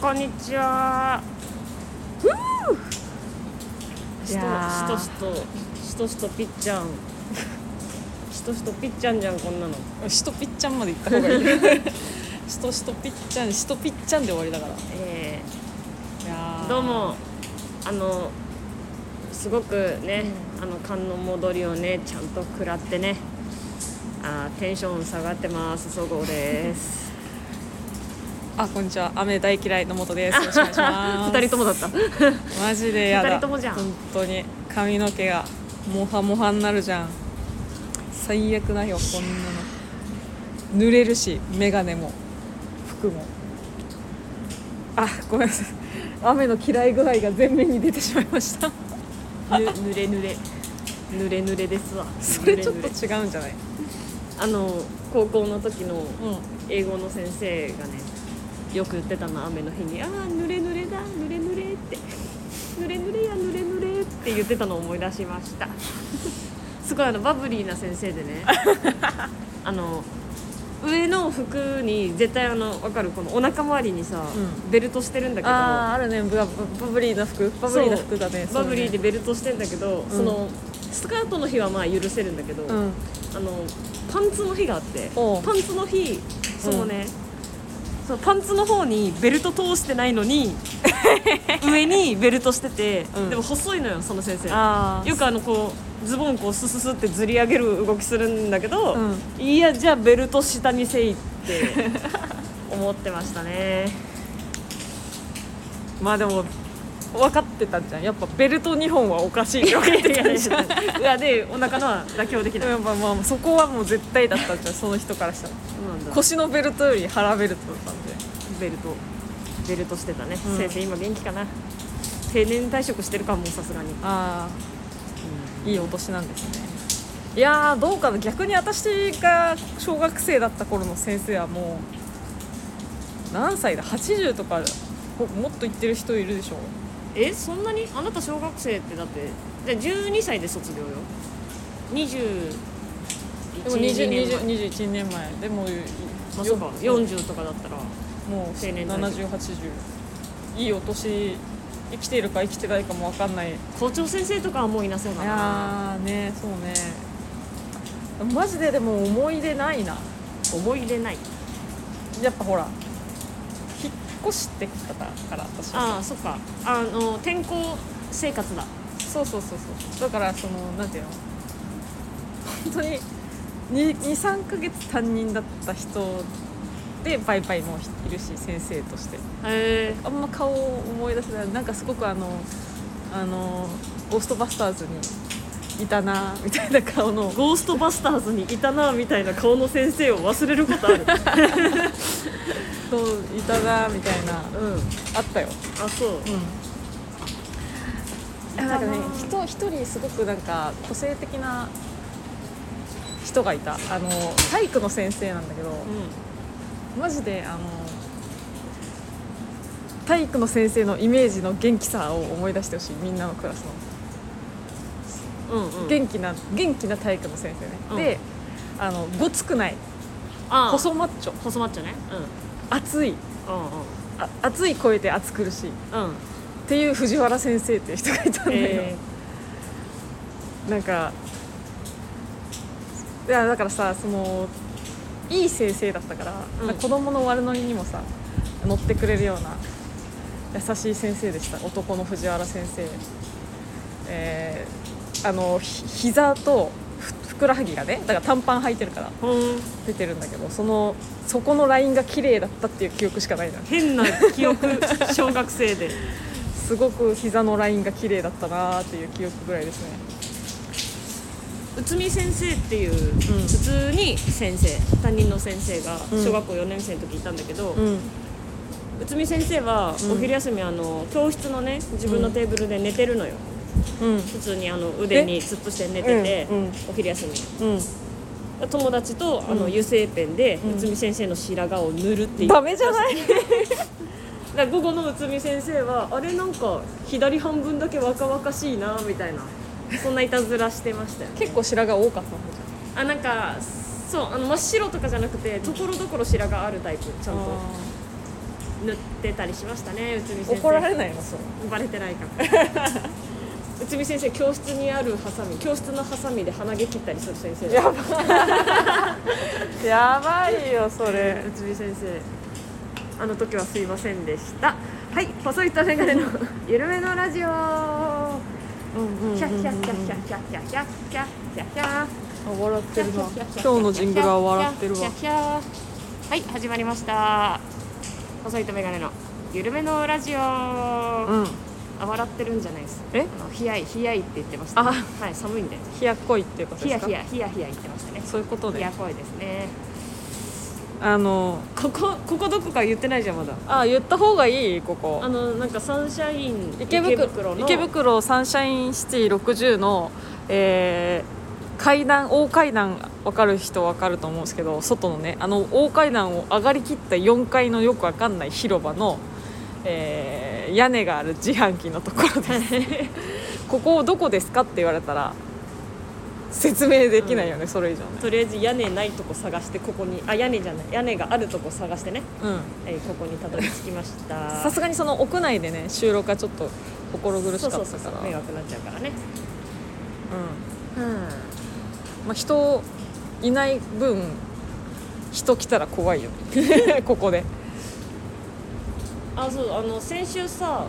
こんにちは。しとしとぴっちゃんしとしとぴっちゃんじゃん、こんなの。 しとぴっちゃんまで言った方がいいしとしとぴっちゃん、しとぴっちゃんで終わりだから。いやどうもすごくね、寒の戻りをねちゃんと食らってね、テンション下がってます。そごうです。 こんにちは、雨大嫌いのもとです。よろしくお願いします 2人ともだったマジでやだ。 2人ともじゃん。 本当に髪の毛がモハモハになるじゃん。最悪だよ、こんなの。濡れるし、メガネも服も。ごめんなさい、雨の嫌い具合が前面に出てしまいました濡れですわ。 それちょっと違うんじゃない？ 高校の時の英語の先生がね、よく言ってたの、雨の日に濡れ濡れだ、濡れ濡れって濡れ濡れや濡れ濡れって言ってたのを思い出しましたすごいバブリーな先生でね上の服に絶対分かる、このお腹周りにさ、ベルトしてるんだけど、 あるね、バブリーな服だね。 バブリーでベルトしてんだけど、そのスカートの日はまあ許せるんだけど、パンツの日があって、パンツの日、そのね、そのパンツの方にベルト通してないのに上にベルトしてて、でも細いのよ、その先生。よくこうズボンこうスススってずり上げる動きするんだけど、いや、じゃあベルト下にせいって思ってましたねまあでも分かってたんじゃん。やっぱベルト2本はおかしいって分かってたんじゃんいやで、お腹のは妥協できない。 まあそこはもう絶対だったんじゃん、その人からしたら。腰のベルトより腹ベルトだったんで。 ベルトしてたね、先生今元気かな。定年退職してるかも、さすがに。 いいお年なんですね。いやー、どうかな。逆に私が小学生だった頃の先生はもう何歳だ、80とかもっといってる人いるでしょ。 そんなに？あなた小学生ってだって12歳で卒業よ。 21年前でも、 そうか、40とかだったらもう定年 70、80、いいお年、生きているか生きてないかも分かんない。 校長先生とかはもういなそうだな。 いやーね、そうね。マジででも思い出ないな。 思い出ない。 やっぱほら、引っ越してきたから私は。 そっか、転校生活だ。 そうだからなんていうの、本当に 2,3 ヶ月担任だった人でバイバイもいるし、先生として。あんま顔を思い出せない。なんかすごくゴーストバスターズにいたなみたいな顔の、 ゴーストバスターズにいたなみたいな顔の先生を忘れることあるそういたなみたいな、あったよ。 そう、 なんかね、一人すごくなんか個性的な人がいた。体育の先生なんだけど、マジで体育の先生のイメージの元気さを思い出してほしい、みんなのクラスの。元気な体育の先生ね。で、ごつくない、細マッチョね。熱い、熱い声で熱苦しい、っていう藤原先生っていう人がいたんだよ。なんか、いやだからさ、いい先生だったから、子供の悪ノリにもさ乗ってくれるような優しい先生でした。男の藤原先生。膝とふくらはぎがね、だから短パン履いてるから出てるんだけど、そこのラインが綺麗だったっていう記憶しかないな。 変な記憶小学生ですごく膝のラインが綺麗だったなっていう記憶ぐらいですね。 内海先生っていう、普通に担任の先生が小学校4年生の時いたんだけど、内海先生はお昼休み教室のね、自分のテーブルで寝てるのよ。普通に腕に突っ伏して寝てて、お昼休み、友達と油性ペンで内海先生の白髪を塗るっていう。 ダメじゃないだ午後の内海先生はなんか左半分だけ若々しいなみたいな、そんないたずらしてましたよ。 結構白髪多かったんじゃん。 なんかそう、真っ白とかじゃなくてところどころ白髪あるタイプ、ちゃんと。 塗ってたりしましたね、内海先生。 怒られないのそれ？ バレてないから内海先生、教室にあるハサミ、教室のハサミで鼻毛切ったりする先生。 やばいやばいよそれ。 内海先生、あの時はすいませんでした。はい、細いとメガネの緩めのラジオ。キャッキャッキャッキャッキャッキャッキャッキャッキャッキャッキャッ。 笑ってるな。今日のジングルは笑ってるわ。 はい、始まりました。細いとメガネの緩めのラジオ。笑ってるんじゃないです。冷やいって言ってました。はい、寒いんで。 冷やっこいっていうことですか？ 冷や言ってましたね。 そういうことね。 冷やこいですね。ここどこか言ってないじゃんまだ。 言った方がいい。ここなんかサンシャイン池袋サンシャインシティ60の、大階段分かる人分かると思うんですけど、外のね大階段を上がりきった4階のよく分かんない広場の、屋根がある自販機のところですここどこですかって言われたら説明できないよね、それ以上ね。 とりあえず屋根ないとこ探して、ここに屋根じゃない、屋根があるとこ探してね、ここにたどり着きました。 さすがにその屋内でね収録はちょっと心苦しかったから。 そう迷惑になっちゃうからね。 人いない分人来たら怖いよねここで。 先週さ、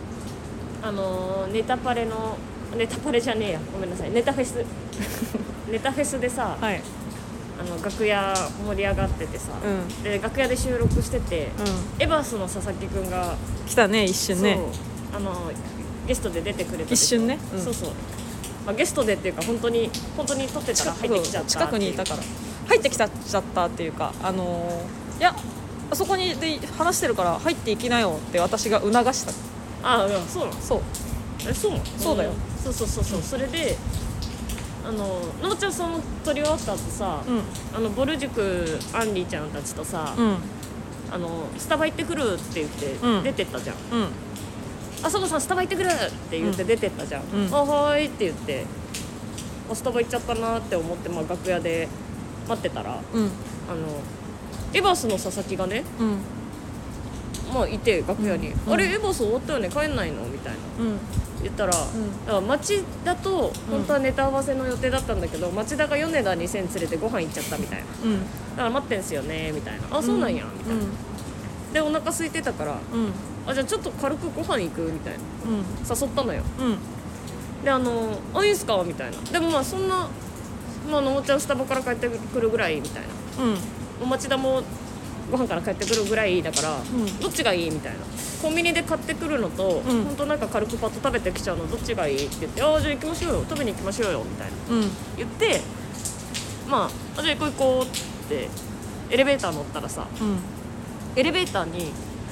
ネタパレじゃねえや、ごめんなさい、ネタフェスでさ、はい、楽屋盛り上がっててさ、で楽屋で収録してて、エバースの佐々木くんが来たね、一瞬ね。 ゲストで出てくれた。 一瞬ね、 そうそう、ゲストでっていうか本当に撮ってたら入ってきちゃった近くにいたから入ってきちゃったっていうか、いやあそこにで話してるから入っていきなよって私が促した。 そうなの。 そうそうだよ。 そうそれでのもちゃんその撮り終わった後さ、ぼる塾あんりちゃんたちとさ、スタバ行ってくるって言って出てったじゃん。あそこさんスタバ行ってくるって言って出てったじゃん。はーいって言ってスタバ行っちゃったなって思って、楽屋で待ってたら、エバースの佐々木がね、いて楽屋に、あれエバース終わったよね、帰んないのみたいな、言ったら、だから町田と本当はネタ合わせの予定だったんだけど、町田が米田2000連れてご飯行っちゃったみたいな、だから待ってんすよねみたいな、そうなんやみたいな、でお腹空いてたから、じゃあちょっと軽くご飯行くみたいな、誘ったのよ、でいいんすかみたいな、でもそんなのもちゃんスタバから帰ってくるぐらいみたいな、町田もご飯から帰ってくるぐらいだから、どっちがいいみたいな、コンビニで買ってくるのと、本当なんか軽くパッと食べてきちゃうのどっちがいいって言って、じゃあ行きましょうよ、食べに行きましょうよみたいな、言って、じゃあ行こうってエレベーター乗ったらさ、エレベーターに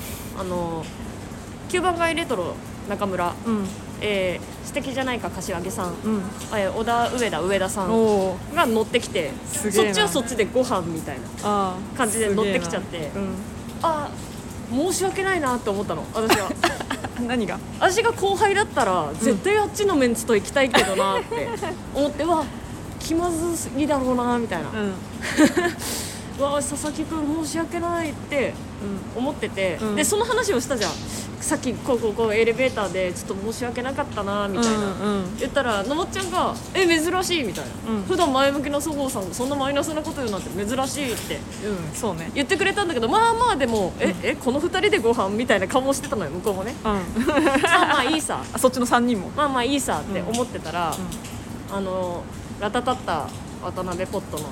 9番街レトロ中村、素敵じゃないか柏木さん、小田上田さんが乗ってきて、そっちはそっちでご飯みたいな感じで乗ってきちゃって、申し訳ないなって思ったの私は何が？ 私が後輩だったら絶対あっちのメンツと行きたいけどなって思って、気まずすぎだろうなみたいな、佐々木くん申し訳ないって思ってて、でその話をしたじゃん、さっきこうエレベーターでちょっと申し訳なかったなみたいな、言ったらのもっちゃんが珍しいみたいな、普段前向きなそごうさんがそんなマイナスなこと言うなんて珍しいって言ってくれたんだけど、でもこの2人でご飯みたいな顔もしてたのよ向こうもね、いいさそっちの3人もいいさって思ってたら、ラタタッタ渡辺ポットの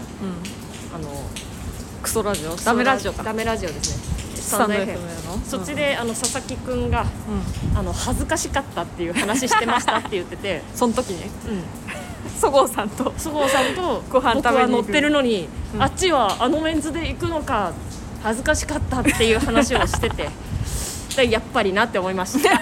クソラジオダメラジオですね、 スタンド FM のそっちで佐々木くんが、恥ずかしかったっていう話してましたって言っててその時にそごうさんとご飯食べに行く、僕は乗ってるのに、あっちはメンズで行くのか恥ずかしかったっていう話をしててでやっぱりなって思いました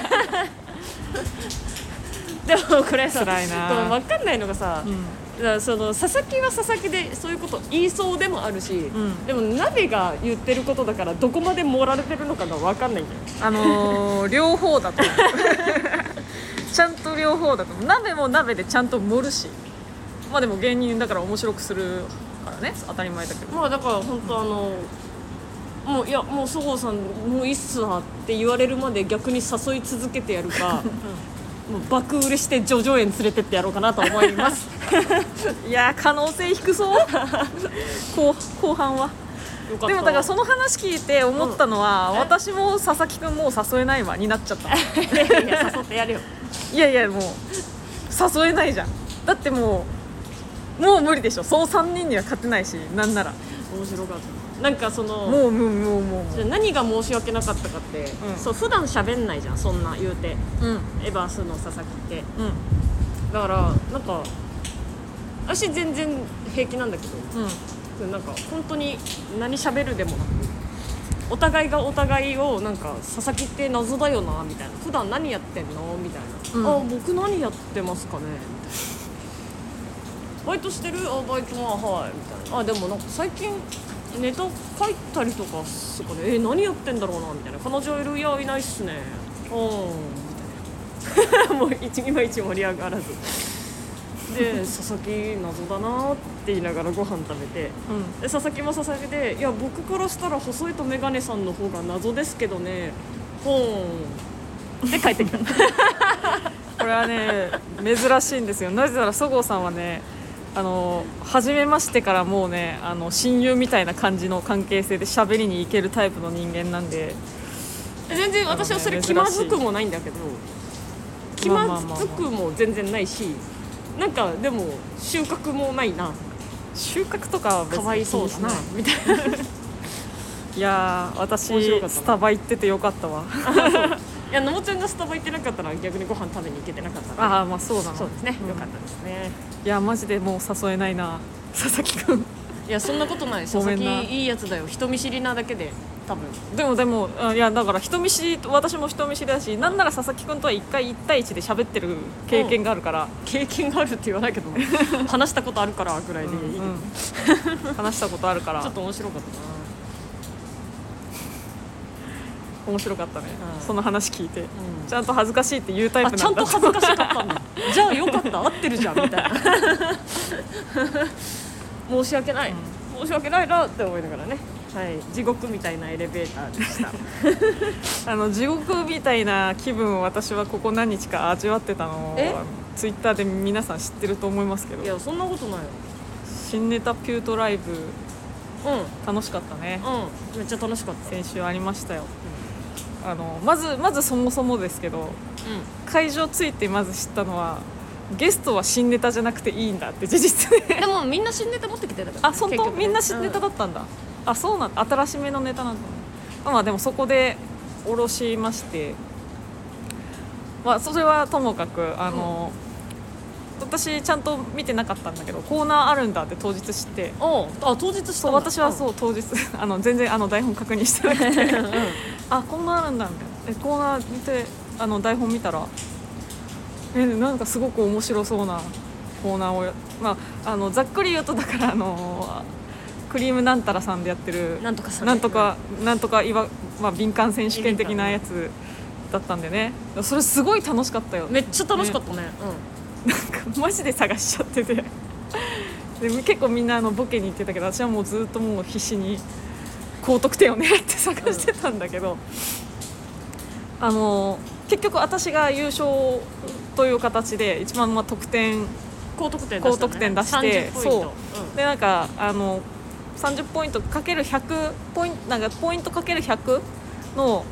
でもこれさ、分かんないのがさ、だからその佐々木は佐々木でそういうこと言いそうでもあるし、でも鍋が言ってることだからどこまで盛られてるのかが分かんないんだよ。 両方だと思うちゃんと両方だと思う。鍋も鍋でちゃんと盛るし、でも芸人だから面白くするからね、当たり前だけど、 だから本当もういやもうそごうさんもういいっすわって言われるまで逆に誘い続けてやるか、もう爆売れして叙々苑連れてってやろうかなと思いますいや可能性低そう後半は。でもだからその話聞いて思ったのは、私も佐々木くんもう誘えないわになっちゃったいや誘ってやるよ。 いやいやもう誘えないじゃん。だってもう無理でしょ。そう3人には勝てないし、なんなら面白かった。なんかそのもうじゃあ何が申し訳なかったかって、そう普段喋んないじゃんそんな言うて、エバースの佐々木って、だからなんか私全然平気なんだけど、なんか本当に何喋るでもなく、お互いがお互いをなんか佐々木って謎だよなみたいな、普段何やってんのみたいな、あ僕何やってますかねみたいな、バイトしてるあバイトははいみたいな、あでもなんか最近ネタ書いたりとかすかね、何やってんだろうなみたいな、彼女いるいやいないっすねみたいなもう今一盛り上がらずで佐々木謎だなって言いながらご飯食べて、で佐々木も佐々木でいや僕からしたら細いとメガネさんの方が謎ですけどねで帰ってきたこれはね珍しいんですよ。なぜならそごうさんはね初めましてからもうね親友みたいな感じの関係性で喋りに行けるタイプの人間なんで、 全然私はそれ気まずくもないんだけど、気まずくも全然ないし、なんかでも収穫もないな、 収穫とかは別にかわいそうだなみたいな。 いや私スタバ行っててよかったわいやのもちゃんがスタバ行ってなかったら逆にご飯食べに行けてなかったら、 あまあそうだな、 そうですね、よかったですね。 いやマジでもう誘えないな佐々木くん。 いやそんなことない、佐々木いいやつだよ、人見知りなだけで多分。 でもいやだから人見知り、私も人見知りだし、なんなら佐々木くんとは1回1対1で喋ってる経験があるから、 経験があるって言わないけど話したことあるからぐらいでいい、 話したことあるからちょっと面白かったな。 面白かったね、その話聞いて、ちゃんと恥ずかしいって言うタイプなんだ。 ちゃんと恥ずかしかったんだじゃあよかった合ってるじゃんみたいな申し訳ない、申し訳ないなって思いながらね、はい、地獄みたいなエレベーターでした地獄みたいな気分を私はここ何日か味わってたのをツイッターで皆さん知ってると思いますけど。 いやそんなことないよ。 新ネタピュートライブ、楽しかったね、 めっちゃ楽しかった。 先週ありましたよ、まずそもそもですけど、会場着いてまず知ったのはゲストは新ネタじゃなくていいんだって事実ででもみんな新ネタ持ってきてたから、 あ本当、みんな新ネタだったんだ、あそうなんだ、新しめのネタなんだね。まあでもそこで下ろしまして、まあそれはともかく私ちゃんと見てなかったんだけどコーナーあるんだって当日知って、 当日知ったんだ。 そう私はそう当日全然台本確認してなくてあコーナーあるんだみたいな、コーナー見て台本見たらなんかすごく面白そうなコーナーを、まあ、ざっくり言うとだからクリームなんたらさんでやってるなんとかさん、 なんとか敏感選手権的なやつだったんでね、それすごい楽しかったよ。 めっちゃ楽しかったね、 なんかマジで探しちゃっててで結構みんなボケに行ってたけど、私はもうずっともう必死に高得点を狙って探してたんだけど、結局私が優勝という形で一番高得点出して、そうでなんか30ポイントかける100ポイントなんかポイントかける100の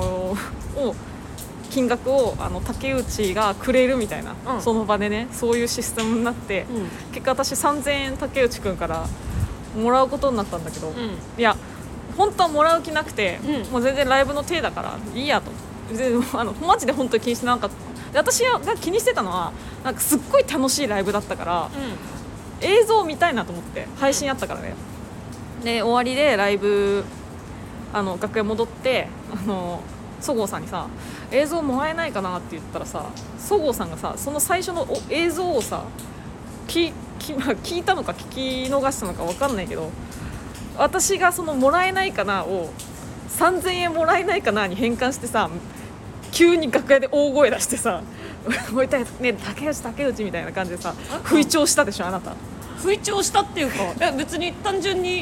金額を竹内がくれるみたいな、その場でねそういうシステムになって、結果私3000円竹内くんからもらうことになったんだけど、いや本当はもらう気なくて、もう全然ライブの手だからいいやと、マジで本当に気にしてなかった。で私が気にしてたのはなんかすっごい楽しいライブだったから、映像を見たいなと思って、配信あったからね。で終わりでライブ楽屋戻ってそごうさんにさ映像もらえないかなって言ったらさ、そごうさんがさその最初の映像をさ聞いたのか聞き逃したのか分かんないけど、私がそのもらえないかなを3000円もらえないかなに変換してさ、急に楽屋で大声出してさもう一回ね竹内みたいな感じでさ吹聴したでしょあなた。 吹聴したっていうか別に単純に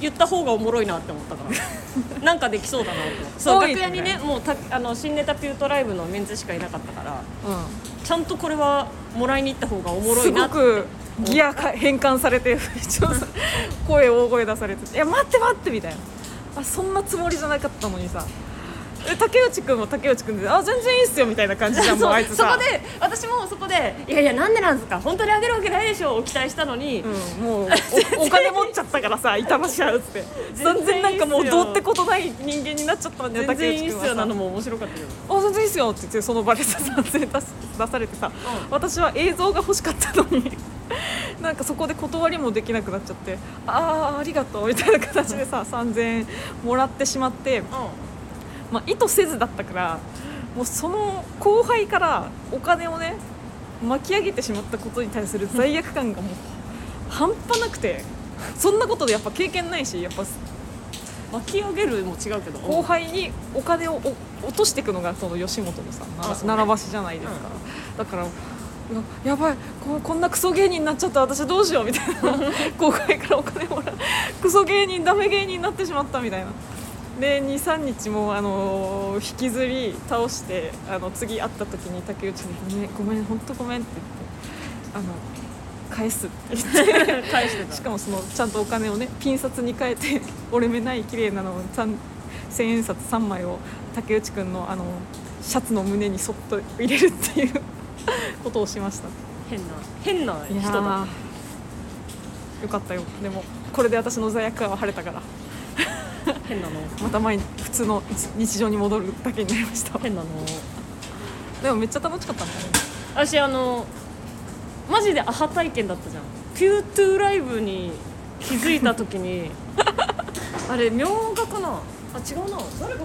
言った方がおもろいなって思ったからなんかできそうだなとそう楽屋にねもう新ネタピュートライブのメンツしかいなかったから、ちゃんとこれはもらいに行った方がおもろいなって。 すごくギア変換されて声大声出されて、いや待って待ってみたいな、そんなつもりじゃなかったのにさ、竹内くんも竹内くんで全然いいっすよみたいな感じじゃん。もうあいつさ、 そこで私もそこでいやいやなんでなんですか本当にあげるわけないでしょを期待したのに、 もうお金持っちゃったからさ板橋合うって全然なんかもうどうってことない人間になっちゃったんだよ。 全然いいっすよなのも面白かったけど、 全然いいっすよって言ってその場でさ撮影出されてさ、私は映像が欲しかったのになんかそこで断りもできなくなっちゃって、ありがとうみたいな形でさ3000円もらってしまって、意図せずだったからもうその後輩からお金をね巻き上げてしまったことに対する罪悪感がもう半端なくて、そんなことでやっぱ経験ないし、やっぱ巻き上げるも違うけど後輩にお金を落としていくのがその吉本のさ奈良橋じゃないですか、だからやばいこんなクソ芸人になっちゃった私どうしようみたいな後輩からお金もらうクソ芸人ダメ芸人になってしまったみたいなで 2,3 日も、引きずり倒して次会った時に竹内にごめん本当ごめんって言って返すって言って返してたしかもちゃんとお金をねピン札に変えて折れ目ない綺麗なの1000円札3枚を竹内くんのシャツの胸にそっと入れるっていうことをしました。 変な人だ。 よかったよ。でもこれで私の罪悪感は晴れたから変なのまた普通の日常に戻るだけになりました。 変なのでもめっちゃ楽しかったんだよね。 私マジでアハ体験だったじゃん。ピュートゥーライブに気づいた時にあれ明賀かな、違うな、誰が答え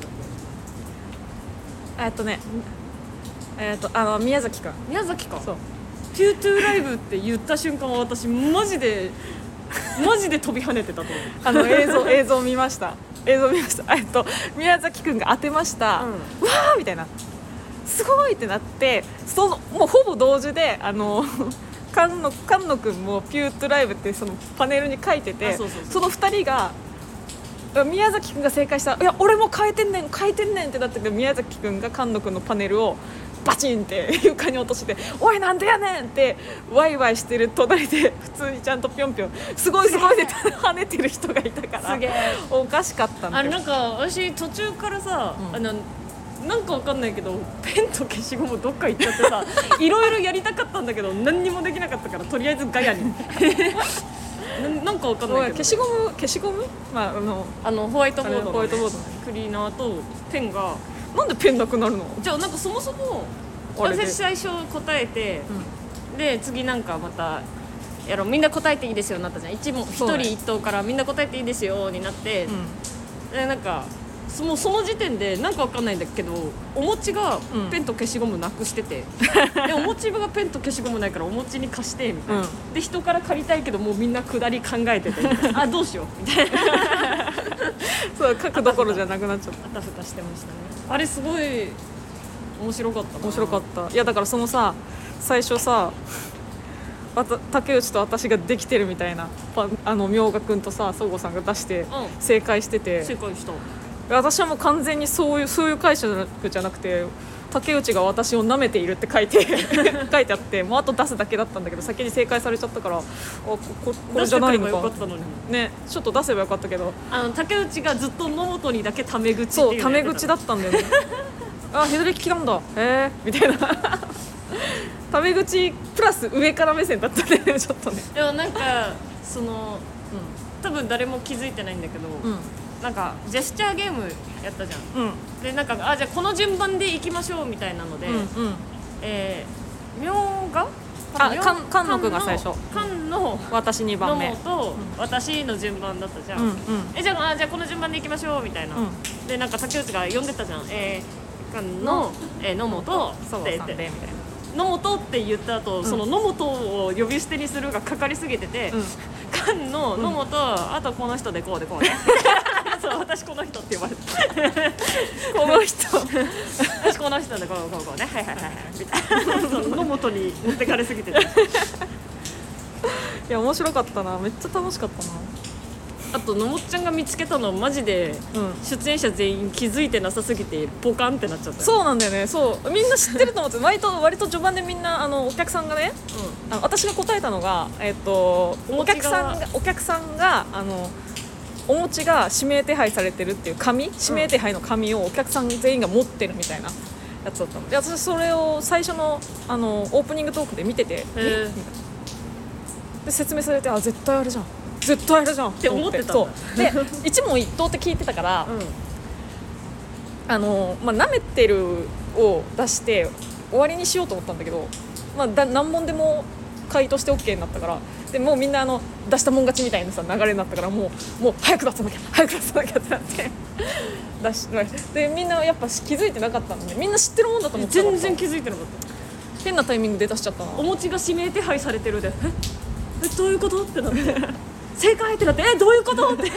たんだっけ。 宮崎かそうピュートゥーライブって言った瞬間は私マジで飛び跳ねてたと思う映像見ました宮崎くんが当てました、わーみたいなすごいってなってもうほぼ同時で菅野くんもピュートゥーライブってそのパネルに書いてて、その2人が宮崎くんが正解したいや俺も書いてんねんってなってて、宮崎くんが菅野くんのパネルをバチンって床に落としておいなんでやねんってワイワイしてる隣で普通にちゃんとぴょんぴょんすごいで跳ねてる人がいたからおかしかったんだよ。 なんか私途中からさ、なんかわかんないけどペンと消しゴムどっか行っちゃってさいろいろやりたかったんだけど何にもできなかったからとりあえずガヤになんかわかんないけど消しゴム、 ホワイトボードの、クリーナーとペンがなんでペンなくなるの。 じゃあなんかそもそも私最初答えて、で次なんかまたみんな答えていいですよになったじゃん。一人一答からみんな答えていいですよになって、でなんかもうその時点でなんかわかんないんだけどお餅がペンと消しゴムなくしてて、でお餅がペンと消しゴムないからお餅に貸してみたいな、で人から借りたいけどもうみんな下り考えててどうしようみたいなそう書くどころじゃなくなっちゃった。 あたふたしてましたね。あれすごい面白かったな。 面白かった。いやだから最初さ竹内と私ができてるみたいな明賀くんとさ総合さんが出して正解してて、 正解した。 私はもう完全にそういう解釈じゃなくて竹内が私を舐めているって書いてあってもうあと出すだけだったんだけど先に正解されちゃったからこれじゃないのか出せばよかったのにね、ちょっと出せばよかったけど竹内がずっと野本にだけタメ口っていうそうタメ口だったんだよね左利きなんだみたいなタメ口プラス上から目線だったねちょっとね。 でもなんか多分誰も気づいてないんだけど、なんかジェスチャーゲームやったじゃん、でなんかじゃあこの順番でいきましょうみたいなので、明賀菅野くんが最初、 菅野私2番目野本、私の順番だったじゃん、じゃあこの順番でいきましょうみたいな、でなんか竹内が呼んでたじゃん、菅野野本って言ってみたいな。野本って言った後、その野本を呼び捨てにするがかかりすぎてて、菅野野本、あとこの人でこうでこうねそう私この人って呼ばれてこの人私この人でこうねはいみたいなその野本に持ってかれすぎてていや面白かったな。めっちゃ楽しかったな。 あとのもっちゃんが見つけたのマジで、出演者全員気づいてなさすぎてポカンってなっちゃった。 そうなんだよね。そうみんな知ってると思って割と序盤でみんなお客さんがね、私が答えたのが、お客さんがお餅が指名手配されてるっていう紙、指名手配の紙をお客さん全員が持ってるみたいなやつだったので、私それを最初のオープニングトークで見てて、で説明されて、あ、絶対あれじゃんって思ってたんだ。 そうで一問一答って聞いてたから、舐めてるを出して終わりにしようと思ったんだけど、何問でも回答して OK になったから、でもうみんな出したもん勝ちみたいなさ流れになったから、もう早く出さなきゃってなって出しで、みんなやっぱ気づいてなかったので、みんな知ってるもんだと思ってたから、 全然気づいてなかった。 変なタイミングで出しちゃったな。 お餅が指名手配されてるで、どういうことってなって正解ってなって、どういうことって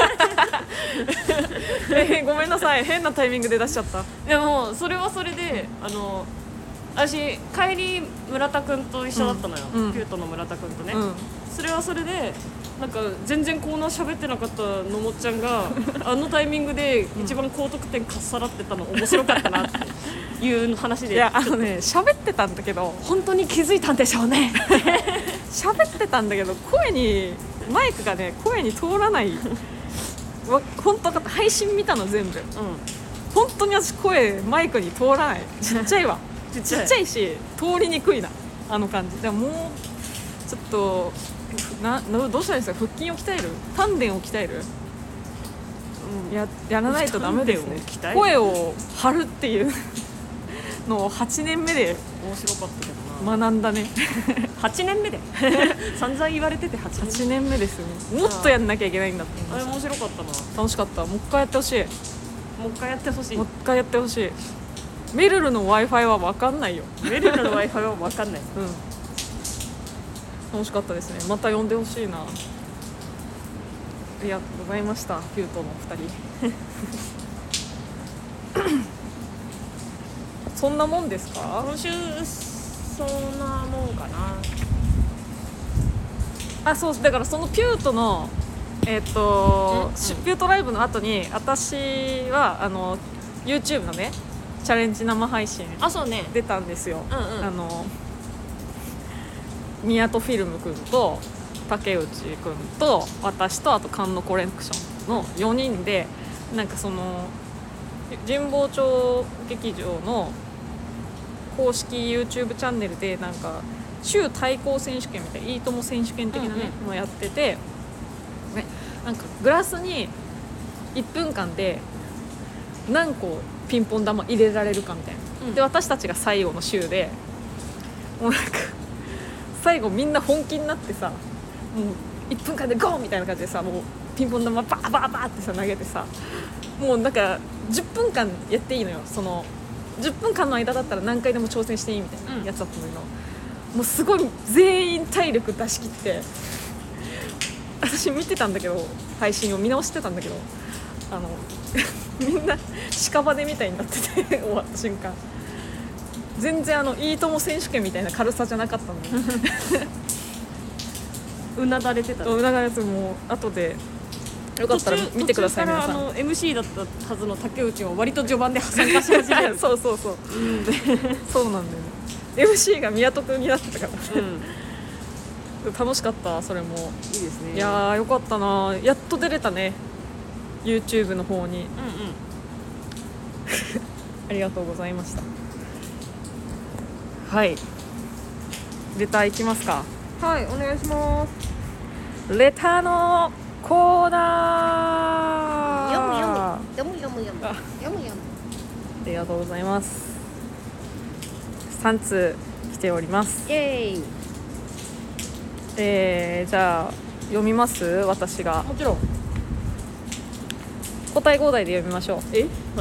ごめんなさい、変なタイミングで出しちゃった。 でもそれはそれで、私帰り村田君と一緒だったのよ、ピュートの村田君とね、それはそれでなんか全然コーナー喋ってなかったのもっちゃんがあのタイミングで一番高得点かっさらってたの面白かったなっていう話で、 いや喋ってたんだけど、 本当に気づいたんでしょうね喋ってたんだけど、マイクがね声に通らない本当配信見たの全部、本当に私声マイクに通らない。ちっちゃいわちっちゃいし通りにくいな、あの感じで。もうちょっとどうしたらいいですか。腹筋を鍛える、丹田を鍛える、やらないとダメですね。声を張るっていうのを8年目で面白かったけどな、 学んだね 8年目で散々言われてて 8年目ですね。もっとやんなきゃいけないんだって思いました。 あれ面白かったな。 楽しかった。もう一回やってほしい。 もう一回やってほしい。 もう一回やってほしい。メルルの Wi-Fi は分かんないよ。 メルルの Wi-Fi は分かんない。 楽しかったですね。また呼んでほしいな。ありがとうございました、ピュートのお二人そんなもんですか。 今週そんなもんかな。そうだからそのピュートのピュートライブの後に私はYouTube のねチャレンジ生配信出たんですよ。宮戸フィルム君と竹内君と私とあと菅野コレクションの4人で、なんかその神保町劇場の公式 YouTube チャンネルでなんか中対抗選手権みたいな、いいとも選手権的なね、のやってて、ね、なんかグラスに1分間で何個ピンポン玉入れられるかみたいな、で私たちが最後の週で、もうなんか最後みんな本気になってさ、もう1分間でゴーみたいな感じでさ、もうピンポン玉バーバーバーってさ投げてさ、もうなんか10分間やっていいのよ。その10分間の間だったら何回でも挑戦していいみたいなやつだったのよ。もうすごい全員体力出し切って、私見てたんだけど、配信を見直してたんだけど、みんな屍みたいになってて終わった瞬間全然いいとも選手権みたいな軽さじゃなかったのうなだれてた。 うなだれて、もう後でよかったら見てください。皆さん MC だったはずの竹内も割と序盤で参加し始めるそうそうそう、そうなんだよね。 MC が宮戸君になってたから、楽しかった。それもいいですね。 いやーよかったな。やっと出れたね YouTube の方に、ありがとうございました。はい、レターいきますか。 はい、お願いします。 レターのコーナー。 読むありがとうございます。3通来ております。 イエーイ。じゃあ読みます。私が。 もちろん。 答え放題で読みましょう。 はい。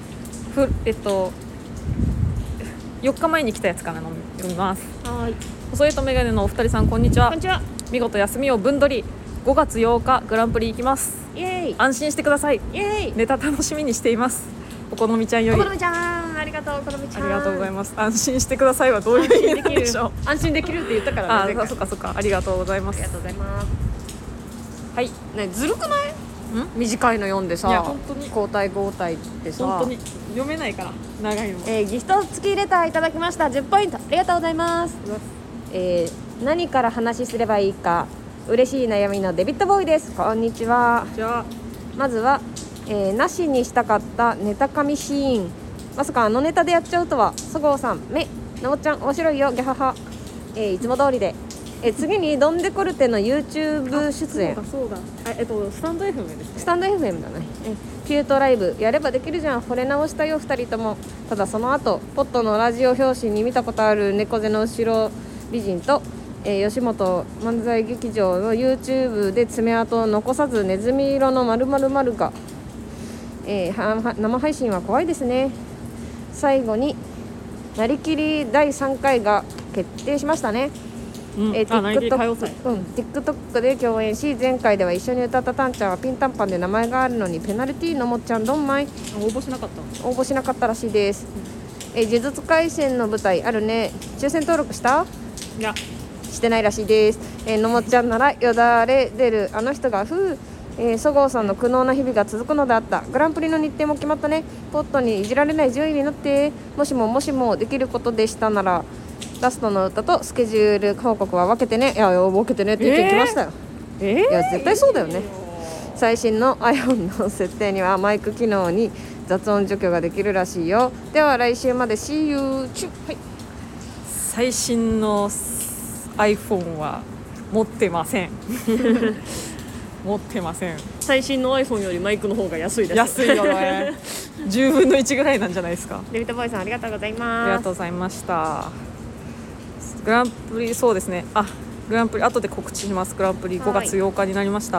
4日前に来たやつから読みます。 はい。 細いとメガネのお二人さん、こんにちは。 こんにちは。 見事休みを分取り、5月8日グランプリ行きます。 イエーイ。 安心してください。 イエーイ。 ネタ楽しみにしています。お好みちゃんより。 お好みちゃん、ありがとう。お好みちゃん、 ありがとうございます。安心してくださいはどういう意味なんでしょう。 安心できるって言ったからね。 そっかありがとうございます。 ありがとうございます。 はいね、ずるくない？短いの読んでいやさ本当に交代交代ってさ本当に読めないから長いのも、 ギフト付きレターいただきました。10ポイントありがとうございます。何から話すればいいか嬉しい悩みのデビッドボーイです。こんにちは。 じゃあまずは、なしにしたかったネタ神シーン、まさかあのネタでやっちゃうとは。そごうさんめなおちゃん面白いよギャハハ、いつも通りで。次にドンデコルテの YouTube 出演。 そうだスタンド FM ですね。 スタンド FM だね。キュートライブやればできるじゃん。惚れ直したよ2人とも。ただその後ポットのラジオ表紙に見たことある猫背の後ろ美人と、吉本漫才劇場の YouTube で爪痕を残さずネズミ色の〇〇〇が、生配信は怖いですね。最後になりきり第3回が決定しましたね。TikTok で共演し、前回では一緒に歌ったタンちゃんはピンタンパンで名前があるのにペナルティーのもっちゃんどんまい応募しなかったらしいです。呪術廻戦の舞台あるね。抽選登録した？ いやしてないらしいです。のもっちゃんならよだれ出るあの人がそごうさんの苦悩な日々が続くのであった。グランプリの日程も決まったね。ポットにいじられない順位になって。もしもできることでしたならラストの歌とスケジュール報告は分けてね。いや分けてねって意見来ましたよ。いや絶対そうだよね。最新の iPhone の設定にはマイク機能に雑音除去ができるらしいよ。では来週まで See you、はい、 最新の iPhone は持ってません持ってません。 最新の iPhone よりマイクの方が安いです。 安いよね10分の1ぐらいなんじゃないですか。 デビッドボーイさんありがとうございます。 ありがとうございました。グランプリそうですね。グランプリ後で告知します。グランプリ5月8日になりました。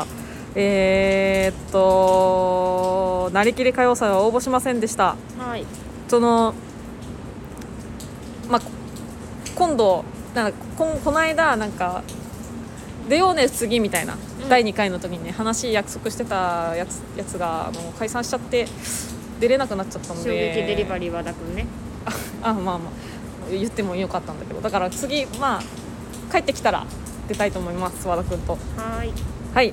なりきり歌謡祭は応募しませんでした。 はい。 今度この間出ようね次みたいな、第2回の時にね話約束してたやつがもう解散しちゃって出れなくなっちゃったので。 衝撃デリバリー和田くんね。 言ってもよかったんだけど、だから次帰ってきたら出たいと思います。和田くんと。はい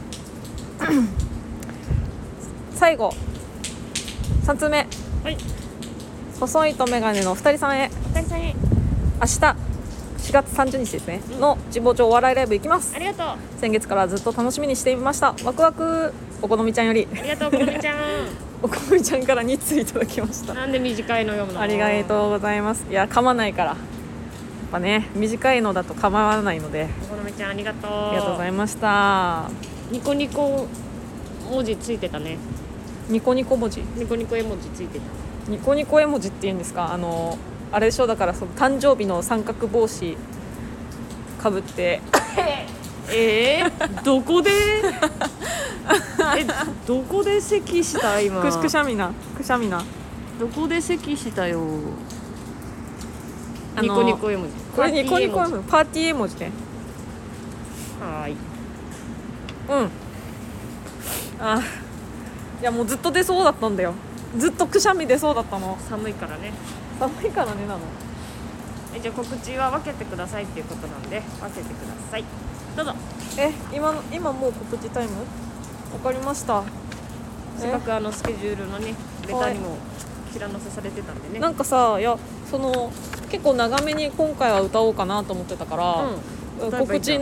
最後3つ目、 はい、 細いとメガネの2人さんへ。明日4月30日ですね、の神保町お笑いライブ行きます。 ありがとう。 先月からずっと楽しみにしていました。ワクワク。お好みちゃんより。 ありがとうお好みちゃんお好みちゃんから2通いただきました。 なんで短いの読むの？ ありがとうございます。いや噛まないからやっぱね、短いのだと構わないので。 お好みちゃんありがとう。 ありがとうございました。 ニコニコ文字ついてたね。 ニコニコ文字、 ニコニコ絵文字ついてた。 ニコニコ絵文字って言うんですか。あれでしょ、だからその誕生日の三角帽子かぶってどこでどこで咳した今。 くしゃみなどこで咳したよ。ニコニコ絵文字。 これニコニコ絵文字、パーティー絵文字ね。 はい。 いやもうずっと出そうだったんだよ。ずっとくしゃみ出そうだったの。 寒いからねなの。 じゃあ告知は分けてくださいっていうことなんで分けてください。どうぞ。 今もう告知タイム。わかりました。 せっかくスケジュールのねレターにも知ら載せされてたんでね。 なんかさ、結構長めに今回は歌おうかなと思ってたから、告知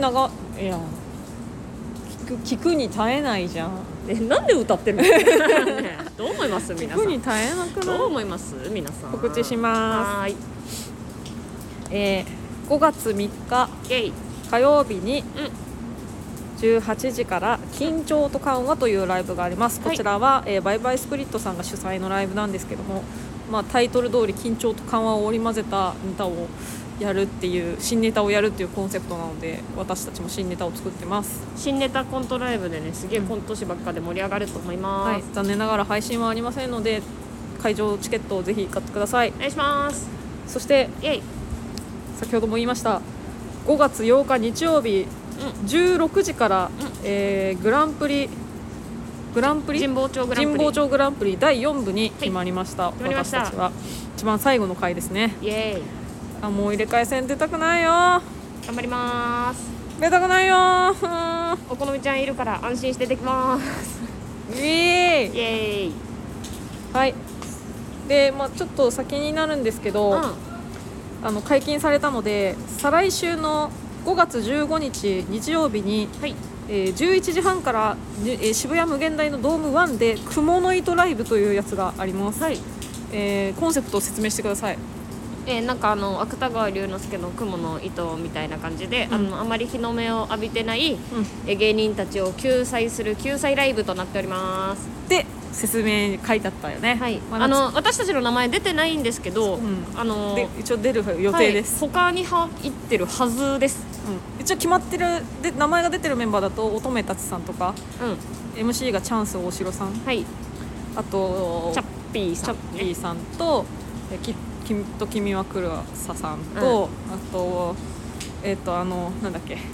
聞くに耐えないじゃん。 なんで歌ってるのどう思います皆さん。 聞くに耐えなくない？ どう思います皆さん。 告知します。 はい。 5月3日火曜日に18時から緊張と緩和というライブがあります。こちらは、バイバイスプリットさんが主催のライブなんですけども、タイトル通り緊張と緩和を織り交ぜたネタをやるっていう、新ネタをやるっていうコンセプトなので、私たちも新ネタを作ってます。 新ネタコントライブでね、すげえコント師ばっかで盛り上がると思います。 残念ながら配信はありませんので、会場チケットをぜひ買ってください。 お願いします。 そして先ほども言いました5月8日日曜日、16時から、グランプリ神保町グランプリ第4部に決まりました。私たちは一番最後の回ですね。 イエーイ。 もう入れ替え戦出たくないよ。 頑張ります。 冷たくないよー。 お好みちゃんいるから安心してできますイエーイ。 イエーイ。 はい。で、ちょっと先になるんですけど、解禁されたので再来週の5月15日日曜日に、はい、11時半から、渋谷無限大のドーム1で蜘蛛の糸ライブというやつがあります、はい。コンセプトを説明してください。 なんか芥川龍之介の蜘蛛の糸みたいな感じで、あまり日の目を浴びてない、芸人たちを救済する救済ライブとなっておりますで説明に書いてあったよね。 はい。私たちの名前出てないんですけど、 で一応出る予定です、 はい、他に入ってるはずです、 一応決まってるで名前が出てるメンバーだと乙女達さんとか、MC がチャンス大城さん、はい、あとチャッピーさんときっと君は来るささんと、あとなんだっけ、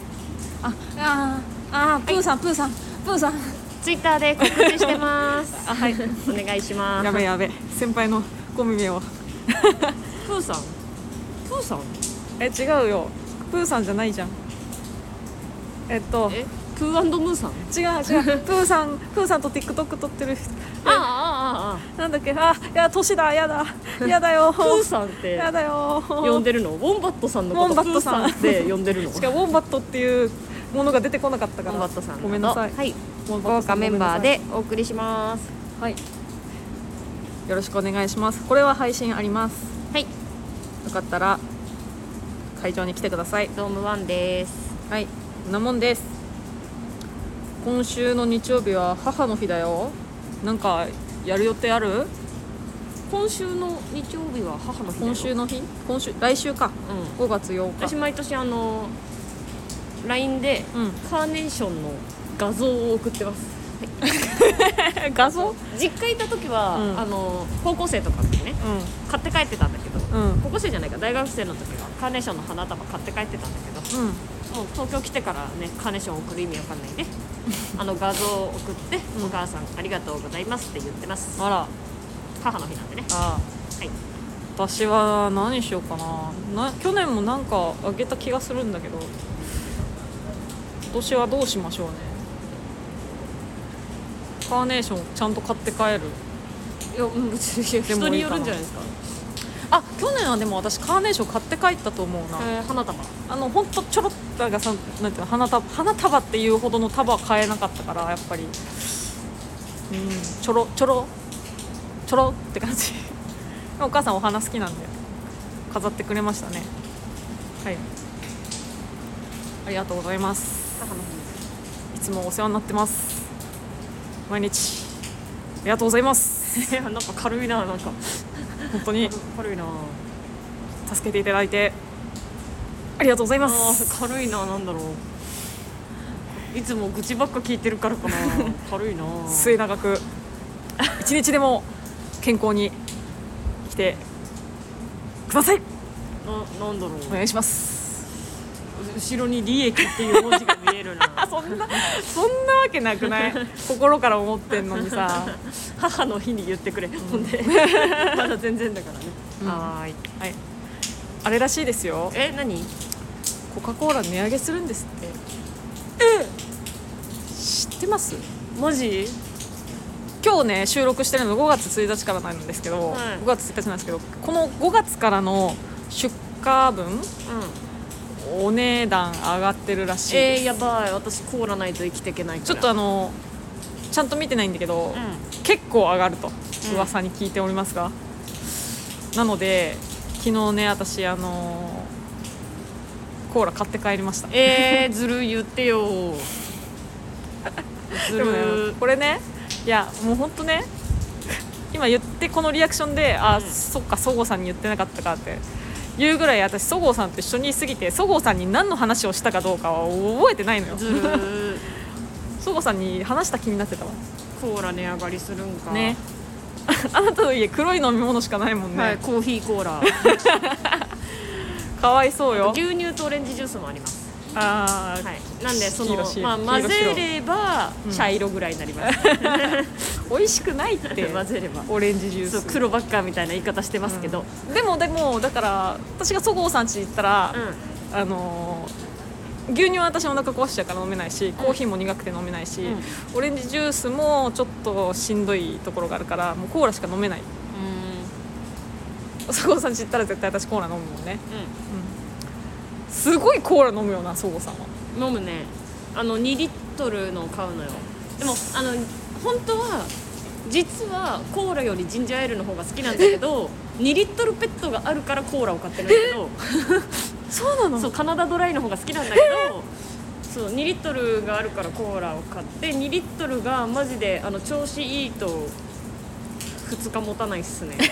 プーさんツイッターで告知してますはい、お願いします。 やべ先輩のコンビ名をプーさん違うよ、プーさんじゃないじゃん。 プー&ムーさん違うプーさんと TikTok 撮ってる人なんだっけ、いや年だ、やだよプーさんってやだよ呼んでるの。ウォンバットさんのことプーさんって呼んでるの。 しかもウォンバットっていうものが出てこなかったからウォンバットさんごめんなさい。 はい、豪華メンバーでお送りします。 はい、よろしくお願いします。これは配信あります。 はい、 よかったら会場に来てください。 ドーム1です。 はい、こんなもんです。今週の日曜日は母の日だよ。なんかやる予定ある？ 今週の日曜日は母の日だよ。 来週か、5月8日。 私毎年LINE でカーネーションの画像を送ってます、 はい、画像？ 実家いた時は、高校生とかってね、買って帰ってたんだけど、高校生じゃないか大学生の時はカーネーションの花束買って帰ってたんだけど、もう東京来てからねカーネーションを送る意味わかんないんで画像を送って、お母さんありがとうございますって言ってます。 あら、 母の日なんでね。 はい、私は何しようかな。去年もなんかあげた気がするんだけど、今年はどうしましょうね。カーネーションちゃんと買って帰る？ いや、別に人によるんじゃないですか。 去年はでも私カーネーション買って帰ったと思うな。 花束ほんとちょろっとがさ、なんていうの、花束っていうほどの束は買えなかったから、やっぱりちょろって感じお母さんお花好きなんで飾ってくれましたね。はい、ありがとうございます。 母の日いつもお世話になってます。毎日ありがとうございますなんか軽いな、なんか本当に軽いな。 助けていただいてありがとうございます。 軽いな、なんだろう、いつも愚痴ばっか聞いてるからかな軽いな。 末永く一日でも健康に生きてください。 なんだろう、 お願いします。 後ろに利益っていう文字が見えるなそんなわけなくない心から思ってんのにさ母の日に言ってくれ、ほんでまだ全然だからね、はい、 あれらしいですよ。 何？ コカ・コーラ値上げするんですって。知ってます？ マジ？ 今日ね収録してるの5月1日からなんですけど、5月1日なんですけど、この5月からの出荷分、お値段上がってるらしいです。 やばい、私コーラないと生きていけないから。 ちょっとちゃんと見てないんだけど、結構上がると噂に聞いておりますが、なので昨日ね私コーラ買って帰りました。 ずるい、言ってよずるい。 これね、いやもうほんとね今言ってこのリアクションでそっか、そごうさんに言ってなかったかっていうぐらい、私そごうさんと一緒にいすぎてそごうさんに何の話をしたかどうかは覚えてないのよ。そごうさんに話した気になってたわ。 コーラ値上がりするんかねあなたの家黒い飲み物しかないもんね。 はい、コーヒーコーラかわいそうよ。 牛乳とオレンジジュースもあります。 はい、 なんで混ぜれば茶色ぐらいになります、 美味しくないって混ぜればオレンジジュース。 黒ばっかみたいな言い方してますけど、 でもだから私がそごうさん家に行ったら、 牛乳は私お腹壊しちゃうから飲めないし、コーヒーも苦くて飲めないし、オレンジジュースもちょっとしんどいところがあるからもうコーラしか飲めない。そごうさん知ったら絶対私コーラ飲むもんね。すごいコーラ飲むよな、そごうさんは。 飲むね。2リットルの買うのよ。でも本当は実はコーラよりジンジャーエールの方が好きなんだけど2リットルペットがあるからコーラを買ってるんだけどそうなの？ そう、カナダドライの方が好きなんだけどそう2リットルがあるからコーラを買って、2リットルがマジで調子いいと2日持たないっすね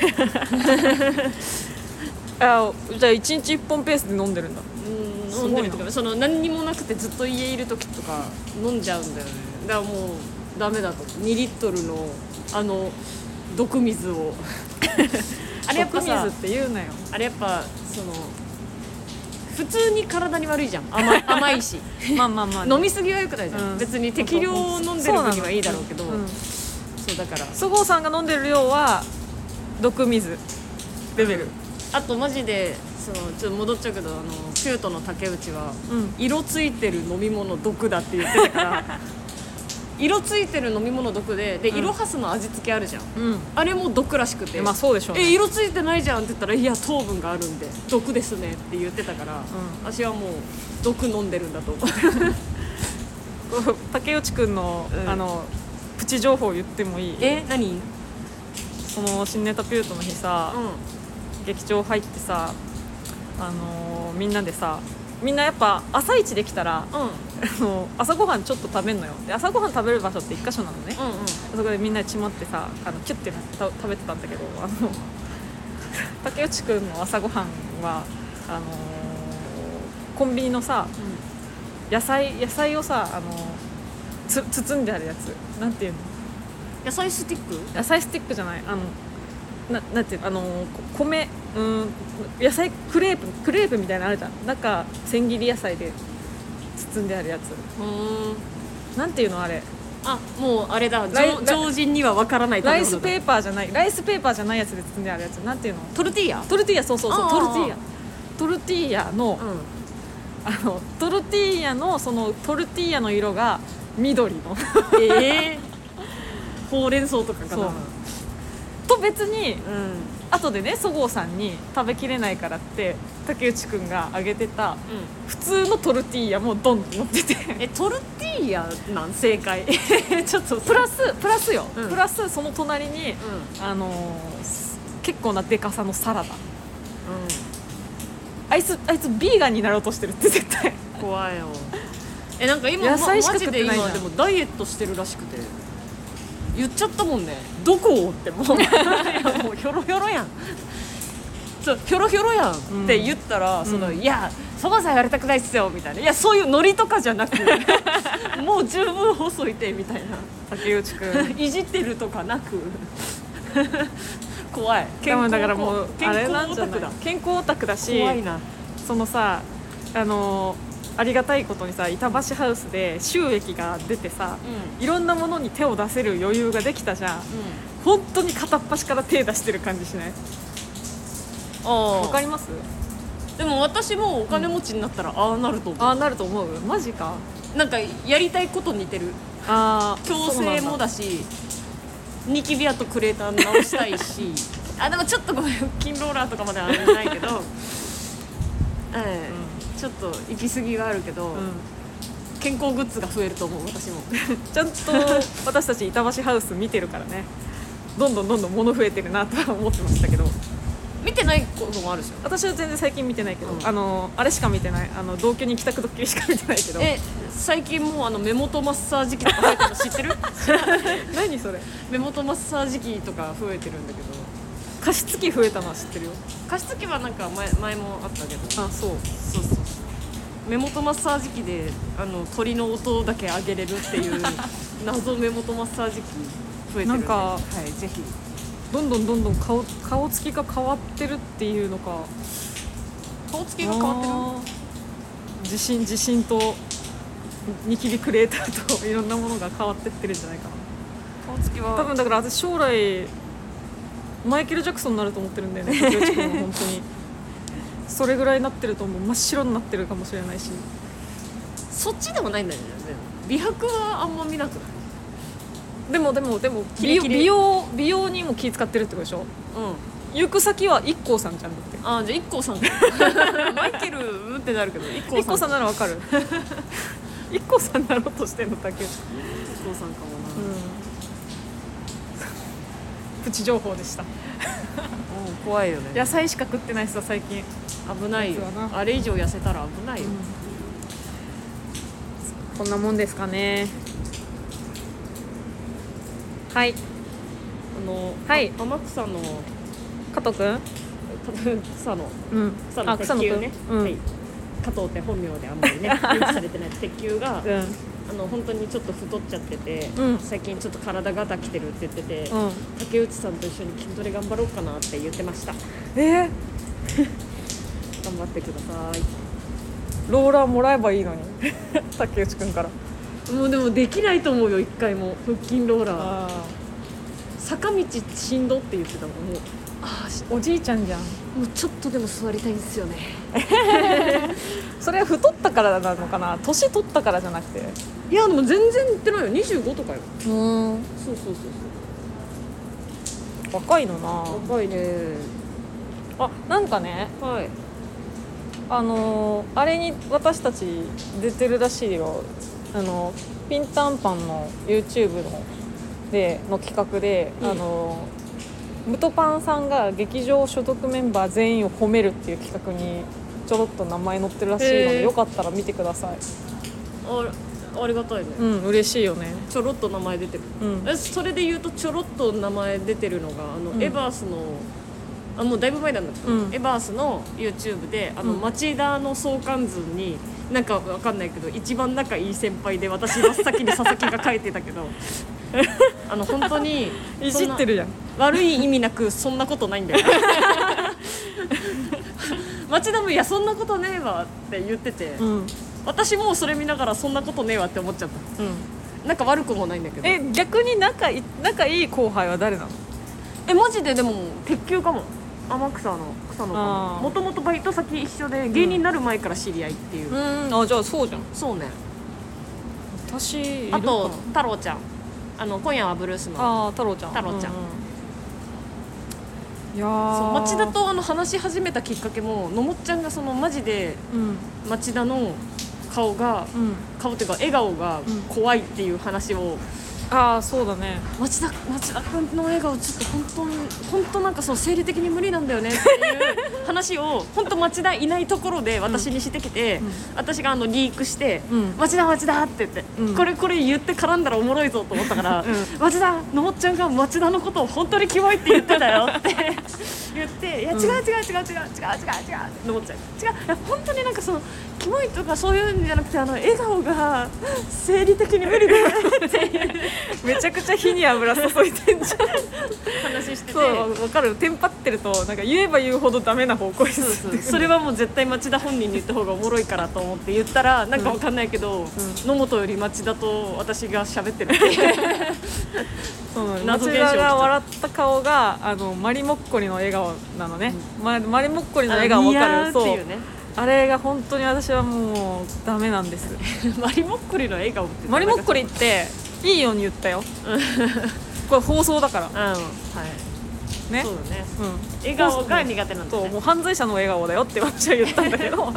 じゃあ1日1本ペースで飲んでるんだ。 飲んでるとか、何にもなくてずっと家いる時とか飲んじゃうんだよね。だからもうダメだと、2リットルの毒水をあれやっぱさ、 毒水って言うなよ。 あれやっぱ普通に体に悪いじゃん。甘いしまあ、 飲みすぎは良くないじゃん、別に適量を飲んでる分にはいいだろうけど、そうだからそごうさんが飲んでる量は毒水レベル。 あとマジでちょっと戻っちゃうけどキュートの竹内は、色ついてる飲み物毒だって言ってたから色ついてる飲み物毒で、イロハスの味付けあるじゃん、あれも毒らしくて、 まあそうでしょうね。 色ついてないじゃんって言ったら、いや糖分があるんで毒ですねって言ってたから、私はもう毒飲んでるんだと思う竹内くんの、プチ情報を言ってもいい？ 何？ その新ネタピュートの日さ、劇場入ってさ、みんなでさ、みんなやっぱ朝一できたら、朝ごはんちょっと食べんのよ。で朝ごはん食べる場所って1箇所なのね、そこでみんなでちまってさキュッて食べてたんだけど、竹内くんの朝ごはんはコンビニのさ、野菜をさ包んであるやつ、なんていうの？ 野菜スティック？ 野菜スティックじゃない、なんていう米、野菜クレープみたいなのあるじゃん。中千切り野菜で包んであるやつ。なんていうのあれ？ もうあれだ、常人には分からない食べ物だ。 ライスペーパーじゃないやつで包んであるやつ、なんていうの？ トルティーヤ？ そうトルティーヤの、トルティーヤのそのトルティーヤの色が緑のほうれん草とかかなと別に、後でね、そごうさんに食べきれないからって竹内くんがあげてた、普通のトルティーヤもドンと乗っててトルティーヤなん正解ちょっとプラスよ、プラスその隣に、結構なでかさのサラダ、あいつビーガンになろうとしてるって絶対怖いよ。なんか今野菜しかマジで食ってないじゃん。 今でもダイエットしてるらしくて言っちゃったもんね。どこってもういやもうヒョロヒョロやんそうヒョロヒョロやんって言ったら、いやそばさんやりたくないっすよみたいな、いやそういうノリとかじゃなくもう十分細いてみたいな、 竹内くんいじってるとかなく怖い。 だからもうあれなんじゃない？健康オタクだし、 怖いな。 そのさありがたいことにさ、板橋ハウスで収益が出てさ、いろんなものに手を出せる余裕ができたじゃん、本当に片っ端から手出してる感じしない？わかります？ でも私もお金持ちになったらああなると思う。 ああなると思う？マジか。 なんかやりたいこと似てる。矯正もだし、ニキビ跡クレーター直したいしでもちょっとごめん、腹筋ローラーとかまではないけどちょっと行き過ぎがあるけど、健康グッズが増えると思う。私もちゃんと私たち板橋ハウス見てるからね、どんどん物増えてるなとは思ってましたけど、 見てないこともあるでしょ。 私は全然最近見てないけど、あれしか見てない、同居に帰宅ドッキリしか見てないけど。 最近もう目元マッサージ機とか増えてるの知ってる？ 何それ？ 目元マッサージ機とか増えてるんだけど、 加湿器増えたのは知ってるよ。 加湿器はなんか前もあったけど、 そう目元マッサージ機で鳥の音だけ上げれるっていう謎目元マッサージ機増えてるんで、 なんか、 はい、ぜひどんどん顔つきが変わってるっていうのか。 顔つきが変わってる？ 自信とニキビクレーターといろんなものが変わってってるんじゃないかな。 顔つきは多分だから私将来マイケル・ジャクソンになると思ってるんだよね、竹内君は本当にそれぐらいになってると思う。真っ白になってるかもしれないし。 そっちでもないんだよね。美白はあんま見なくない？ でもキレキレ美容にも気使ってるってことでしょ。行く先は IKKO さんじゃん。だってじゃあ IKKO さんマイケルってなるけど IKKO さんならわかるIKKO さんになろうとしてんの竹内。 IKKO さんかもな。 プチ情報でした。 怖いよね。 野菜しか食ってない人は最近危ないよ。あれ以上痩せたら危ないよ、 こんなもんですかね。はい。はい、 天草の加藤くん草の鉄球ね、はい、加藤って本名であんまりね認知されてない鉄球が、本当にちょっと太っちゃってて、最近ちょっと体がたきてるって言ってて、竹内さんと一緒に筋トレ頑張ろうかなって言ってました。頑張ってください。 ローラーもらえばいいのに竹内くんから。 もうでもできないと思うよ、一回も腹筋ローラー。坂道しんどって言ってたもん。もうおじいちゃんじゃん。 もうちょっとでも座りたいんですよねそれは太ったからなのかな、年取ったからじゃなくて。 いやでも全然言ってないよ、25とかよ。そう若いのな。 若いね。 なんかね、 はい、 あれに私たち出てるらしいよ。ピンタンパンの YouTube の企画で、ムトパンさんが劇場所属メンバー全員を褒めるっていう企画にちょろっと名前載ってるらしいので、よかったら見てください。 ありがたいね。 嬉しいよね。 ちょろっと名前出てる、それで言うとちょろっと名前出てるのがエバースのもうだいぶ前なんだけど、エバースの YouTube で町田の相関図になんかわかんないけど一番仲いい先輩で、私真っ先に佐々木が書いてたけど本当にいじってるじゃん。 悪い意味なくそんなことないんだよ町田もいやそんなことねえわって言ってて、私もそれ見ながらそんなことねえわって思っちゃった、なんか悪くもないんだけど。 逆に仲いい後輩は誰なの？ マジででも鉄球かも。天草の草野かも。もともとバイト先一緒で芸人になる前から知り合いっていう、 じゃあそうじゃん。そうね。私あと太郎ちゃん、今夜はブルースの太郎ちゃん。いやそう町田と話し始めたきっかけも、のもっちゃんがマジで町田の顔っていうか笑顔が怖いっていう話を、 そうだね。 町田君の笑顔ちょっと本当なんか生理的に無理なんだよねっていう話を本当町田いないところで私にしてきて、私がリークして、町田って言って、これ言って絡んだらおもろいぞと思ったから、町田のもっちゃんが町田のことを本当にキモいって言ってたよって言って、いや違うのもっちゃん違う、いや本当になんかキモいとかそういうんじゃなくて、笑顔が生理的に無理だよねっていうめちゃくちゃ火に油注いでんじゃん話してて、 そう分かる。テンパってるとなんか言えば言うほどダメな方向に進んでくる。 それはもう絶対町田本人に言った方がおもろいからと思って言ったら、なんか分かんないけど、野本より町田と私が喋ってるっていう町田が笑った顔がマリモッコリの笑顔なのね、マリモッコリの笑顔分かる。そう、あれが本当に私はもうダメなんですマリモッコリの笑顔って、 マリモッコリっていいように言ったよこれ放送だから、 はいね、そうだね、笑顔が苦手なんだね。 もう犯罪者の笑顔だよって私は言ったんだけど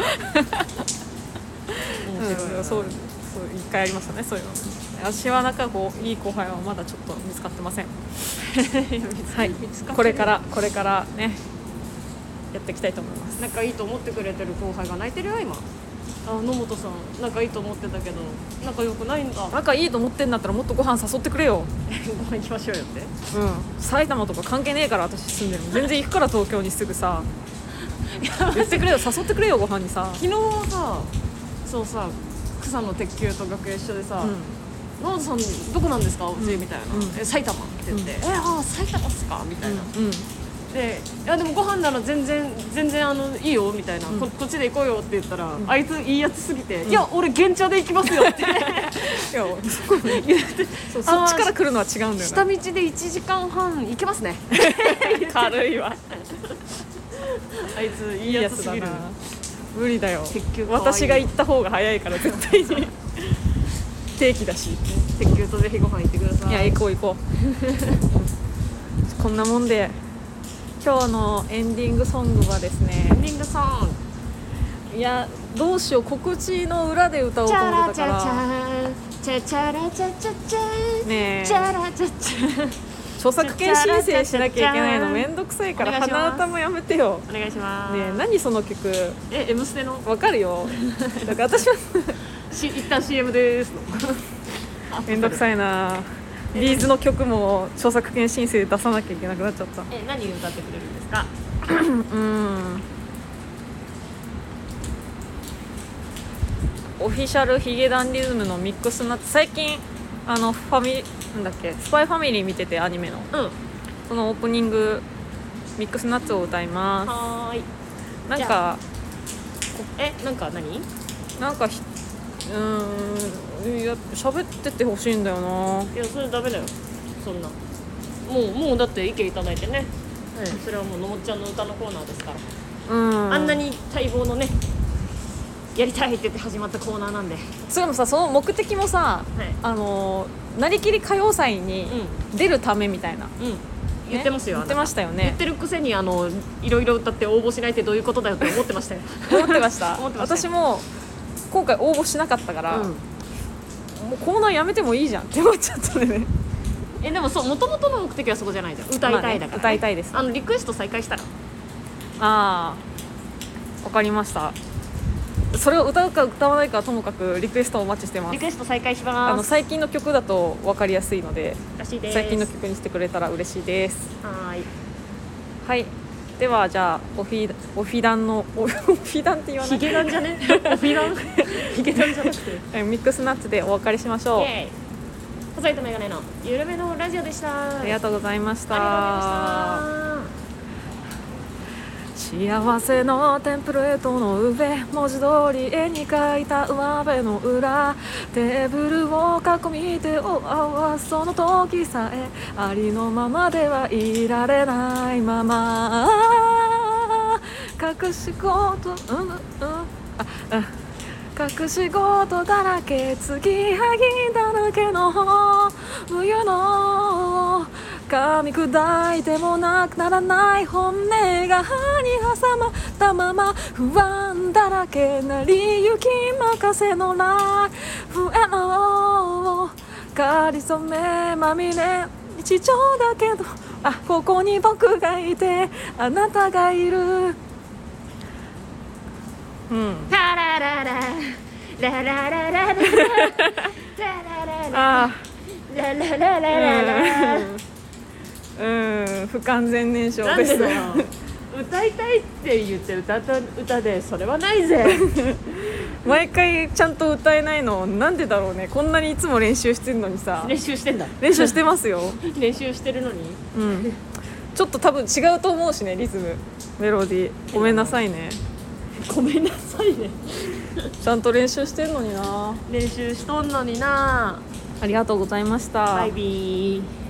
そう一回やりましたね、そういうの。私はなんかいい後輩はまだちょっと見つかってませんはい、これからねやっていきたいと思います。 仲いいと思ってくれてる後輩が泣いてるよ今。野本さん仲いいと思ってたけど仲良くないんだ。 仲いいと思ってんだったらもっとご飯誘ってくれよご飯行きましょうよって。 埼玉とか関係ねえから、私住んでるの全然行くから東京にすぐさ言ってくれよ、誘ってくれよご飯にさ。 昨日さ草の鉄球と学園一緒でさ、野本さんどこなんですかお家みたいな、埼玉って言って、埼玉っすかみたいな、でいやでもご飯なら全然いいよみたいな、こっちで行こうよって言ったら、あいついいやつすぎて、いや俺原茶で行きますよって言ってそっちから来るのは違うんだよね。 下道で1時間半行けますね軽いわあいついいやつすぎる。 無理だよ。 鉄球かわいい私が行った方が早いから絶対に定期だし。 鉄球とぜひご飯行ってください。 いや行こう行こうこんなもんで今日のエンディングソングはですね、 エンディングソング、 いやどうしよう、告知の裏で歌おうと思ってたからチャチャラチャチャチャねえチャラチャチャ著作権申請しなきゃいけないのめんどくさいからお願いします鼻歌もやめてよ。 お願いします。 ねえ何その曲。 え、M ステのわかるよだから私は一旦 CM ですのめんどくさいな。ビーズの曲も著作権申請出さなきゃいけなくなっちゃった。 え、何歌ってくれるんですか？ オフィシャルヒゲダンディズムのミックスナッツ、最近ファミなんだっけスパイファミリー見ててアニメの、 うん。 そのオープニングミックスナッツを歌いまはーい。 す。なんかなんか何？ なんかいや喋っててほしいんだよな。 いや、それダメだよ。そんな。もうだって意見いただいてね。それはもうのもっちゃんの歌のコーナーですから。あんなに待望のね、やりたいって言って始まったコーナーなんで。 それもさ、その目的もさ、なりきり歌謡祭に出るためみたいな、 言ってますよ。 言ってましたよね。 言ってるくせにいろいろ歌って応募しないってどういうことだよって思ってましたよ。 思ってました思ってましたよ。 私も今回応募しなかったから、もうコーナーやめてもいいじゃんって思っちゃったんでね。 でもそう、元々の目的はそこじゃないじゃん。歌いたいだから、ね、 歌いたいです。 リクエスト再開したら。 ああ、わかりました。それを歌うか歌わないかはともかくリクエストをお待ちしてます。 リクエスト再開します。 最近の曲だと分かりやすいので、 らしいです。 最近の曲にしてくれたら嬉しいです。 はい。 はい。ではじゃあオフィダンって言わない。 ヒゲダンじゃね？オフィダン？ヒゲダンじゃなくて。 ミックスナッツでお別れしましょう。 イエーイ。細いとメガネのゆるめのラジオでした。 ありがとうございました。 ありがとうございました。 幸せのテンプレートの上、文字通り絵に描いた上辺の裏、テーブルを囲み手を合わすその時さえありのままではいられないまま、隠し事隠し事だらけ、継ぎはぎだらけの冬の噛み砕いてもなくならない本音が歯に挟まったまま、不安だらけなりゆき任せのライフへのかりそめまみれ日常だけど、ここに僕がいてあなたがいる。 タラララララララララララララ不完全燃焼なんですでだよ。歌いたいって言って歌った歌でそれはないぜ。 毎回ちゃんと歌えないのなんでだろうね。こんなにいつも練習してるのにさ。 練習してんだ。 練習してますよ練習してるのに。 ちょっと多分違うと思うしね、リズムメロディー。ごめんなさいね。 ごめんなさいね。 ちゃんと練習してるのにな。 練習しとんのにな。 ありがとうございました。 バイビー。